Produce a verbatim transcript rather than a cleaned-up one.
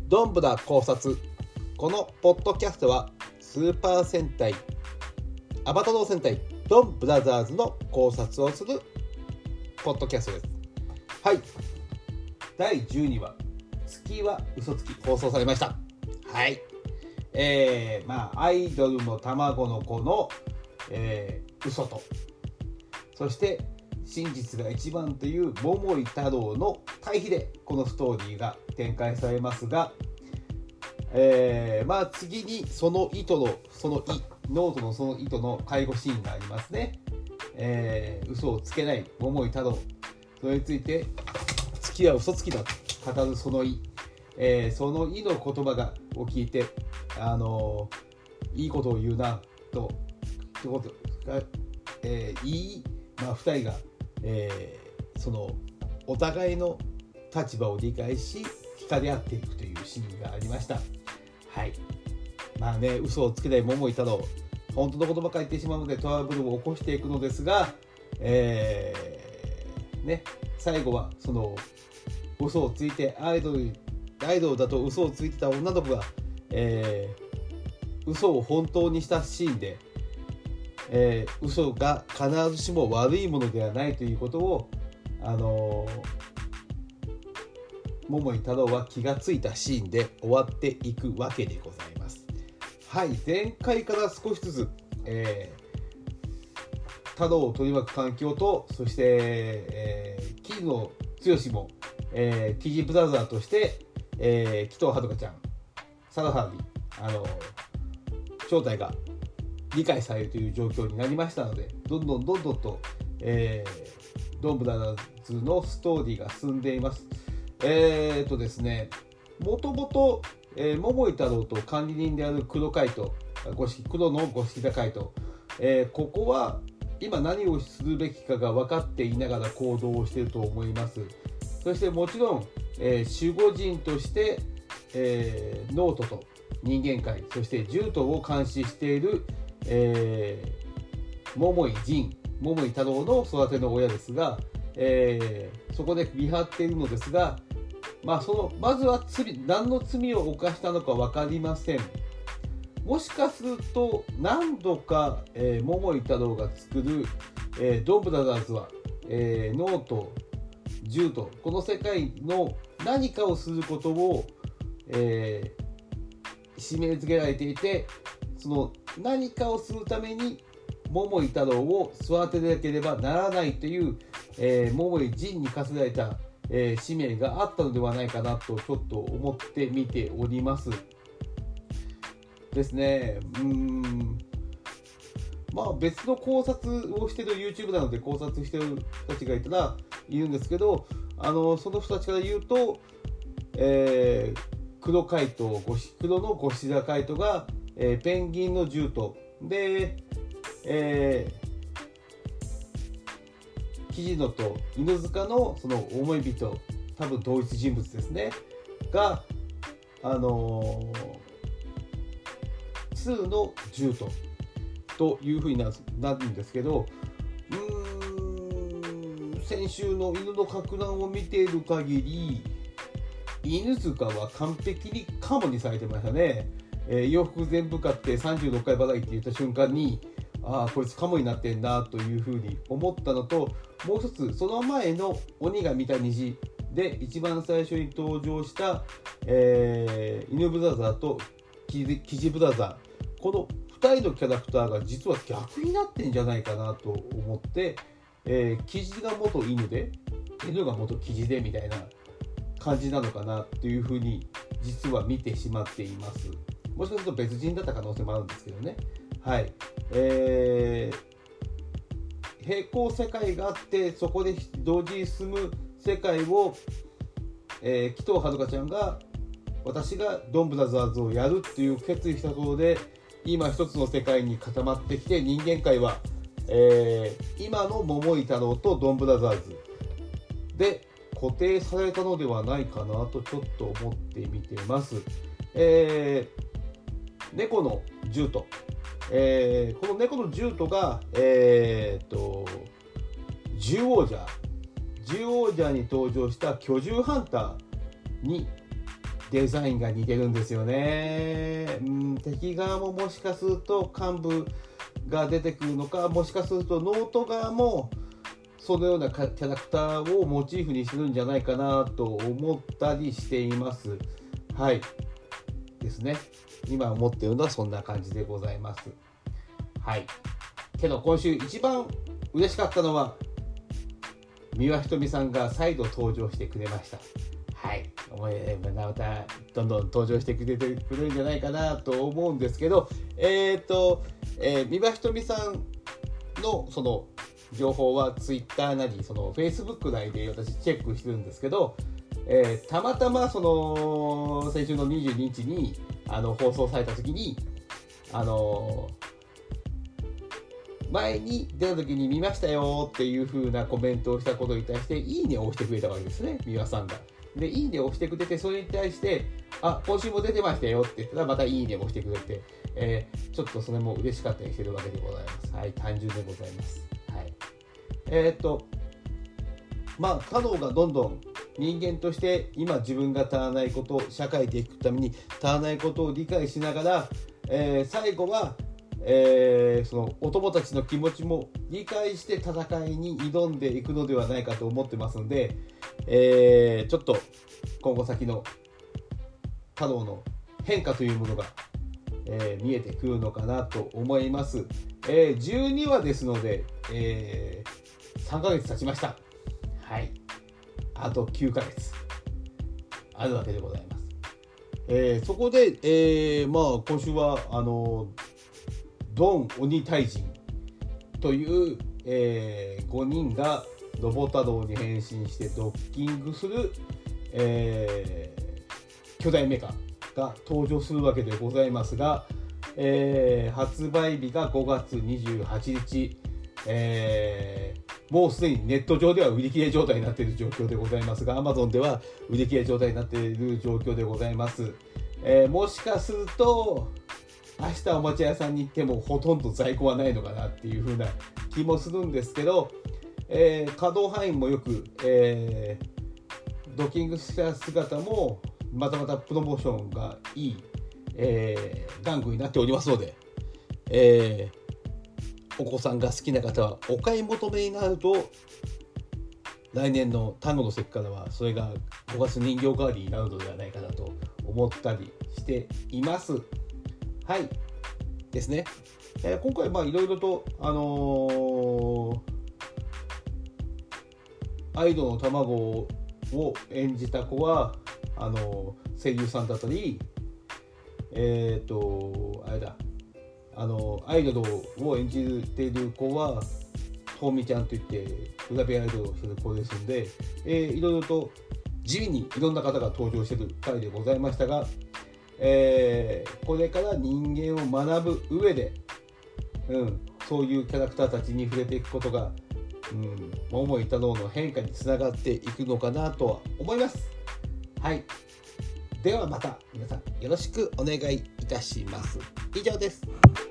どんぶら考察。このポッドキャストはスーパー戦隊アバタロー戦隊ドンブラザーズの考察をするポッドキャストです。はい、だいじゅうにわ月は嘘つき放送されました。はい、えー、まあアイドルの卵の子の、えー、嘘と、そして真実が一番という桃井太郎の対比でこのストーリーが展開されますが、えー、まあ次にその意図のその意ノートのその意図の介護シーンがありますね。えー、嘘をつけない桃井太郎、それについて月は嘘つきだと語るその意、えー、その意の言葉がを聞いて、あのー、いいことを言うなとってことが、えー、いい、まあ、ふたりが、えー、そのお互いの立場を理解し惹かれ合っていくというシーンがありました。はい、まあね、嘘をつけない桃井太郎、本当のことばかり言ってしまうのでトラブルを起こしていくのですが、えーね、最後はその嘘をついてアイドルアイドルだと嘘をついてた女の子が、えー、嘘を本当にしたシーンで、えー、嘘が必ずしも悪いものではないということを、あのー、桃井太郎は気がついたシーンで終わっていくわけでございます。はい、前回から少しずつ、えー、太郎を取り巻く環境と、そして、えー、木野剛も、えー、キジブラザーとして、えー、紀藤遥ちゃんさらにあの正体が理解されるという状況になりましたので、どんどんどんどんと、えー、ドンブラザーズのストーリーが進んでいます。えーとですね、もともとえー、桃井太郎と管理人である黒海斗五色黒の五色田海斗、えー、ここは今何をするべきかが分かっていながら行動をしていると思います。そしてもちろん、えー、守護人として、えー、ノートと人間界、そして獣人を監視している、えー、桃井仁桃井太郎の育ての親ですが、えー、そこで見張っているのですが、まあ、そのまずは罪何の罪を犯したのか分かりません。もしかすると何度か、えー、桃井太郎が作る、えー、ドンブラザーズは、えー、ノート獣人この世界の何かをすることを、えー、締め付けられていて、その何かをするために桃井太郎を育てなければならないという、えー、桃井仁に課せられたえー、使命があったのではないかなとちょっと思って見ておりますですね。うーんまあ別の考察をしている YouTube なので考察している人たちがいたらいるんですけど、あのその人たちから言うと、えー、黒海斗黒の五色田海斗が、えー、ペンギンの獣人で、えー木野と犬塚のその思い人、多分同一人物ですねが、あのー、にの獣人というふうになるんですけど、うーん先週の犬の格乱を見ている限り犬塚は完璧にカモにされてましたね。えー、洋服全部買ってさんじゅうろっかい払いって言った瞬間に、ああこいつカモになってんなというふうに思ったのと、もう一つその前の鬼が見た虹で一番最初に登場した、えー、犬ブラザーとキジブラザー、このふたりのキャラクターが実は逆になってんじゃないかなと思って、えー、キジが元犬で犬が元キジでみたいな感じなのかなっていうふうに実は見てしまっています。もしかすると別人だった可能性もあるんですけどね。はい、えー、平行世界があってそこで同時に進む世界を、えー、紀藤遥ちゃんが私がドンブラザーズをやるっていう決意したところで今一つの世界に固まってきて、人間界は、えー、今の桃井太郎とドンブラザーズで固定されたのではないかなとちょっと思ってみてます。えー、猫の獣人、えー、この猫の獣人が、えー、と獣王者獣王者に登場した巨獣ハンターにデザインが似てるんですよね。うん、敵側ももしかすると幹部が出てくるのか、もしかするとノート側もそのようなキャラクターをモチーフにするんじゃないかなと思ったりしています。はいですね。今思っているのはそんな感じでございます。はい。けど今週一番嬉しかったのは三輪ひとみさんが再度登場してくれました。はい。またどんどん登場してくれてくれるんじゃないかなと思うんですけど、えっと、えー、三輪ひとみさんのその情報はツイッターなりそのフェイスブック内で私チェックしてるんですけど、えー、たまたまその先週のにじゅうににちにあの放送された時にあの前に出た時に見ましたよっていう風なコメントをしたことに対していいねを押してくれたわけですね、三輪さんが。でいいねを押してくれて、それに対してあ今週も出てましたよって言ったらまたいいねを押してくれて、えー、ちょっとそれも嬉しかったりしてるわけでございます。はい、単純でございます。はい、えー、っとまあ太郎がどんどん人間として今自分が足らないこと、社会で生くために足らないことを理解しながら、えー、最後は、えー、そのお友達の気持ちも理解して戦いに挑んでいくのではないかと思ってますので、えー、ちょっと今後先の太郎の変化というものが、えー、見えてくるのかなと思います。えー、じゅうにわですので、えー、さんかげつ経ちました。はい、あときゅうかげつあるわけでございます。えー、そこで、えーまあ、今週はあのドン鬼退陣という、えー、ごにんがロボ太郎に変身してドッキングする、えー、巨大メカが登場するわけでございますが、えー、発売日がごがつにじゅうはちにち、えー、もうすでにネット上では売り切れ状態になっている状況でございますが、 Amazon では売り切れ状態になっている状況でございます。えー、もしかすると明日おもちゃ屋さんに行ってもほとんど在庫はないのかなっていう風な気もするんですけど、えー、稼働範囲もよく、えー、ドッキングした姿もまたまたプロモーションがいい、えー、玩具になっておりますので、えー、お子さんが好きな方はお買い求めになると来年の単語の節からはそれがごがつ人形代わりになるのではないかなと思ったりしています。はいですね。えー、今回まあいろいろとあのー、アイドの卵を演じた子はあのー、声優さんだったり、えっ、ー、とあれだあのアイドルを演じている子はとみちゃんといってグラビアアイドルをしている子ですので、えー、いろいろと地味にいろんな方が登場している回でございましたが、えー、これから人間を学ぶ上で、うん、そういうキャラクターたちに触れていくことが、うん、桃井太郎の変化につながっていくのかなとは思います。はい、ではまた皆さんよろしくお願いいたします。以上です。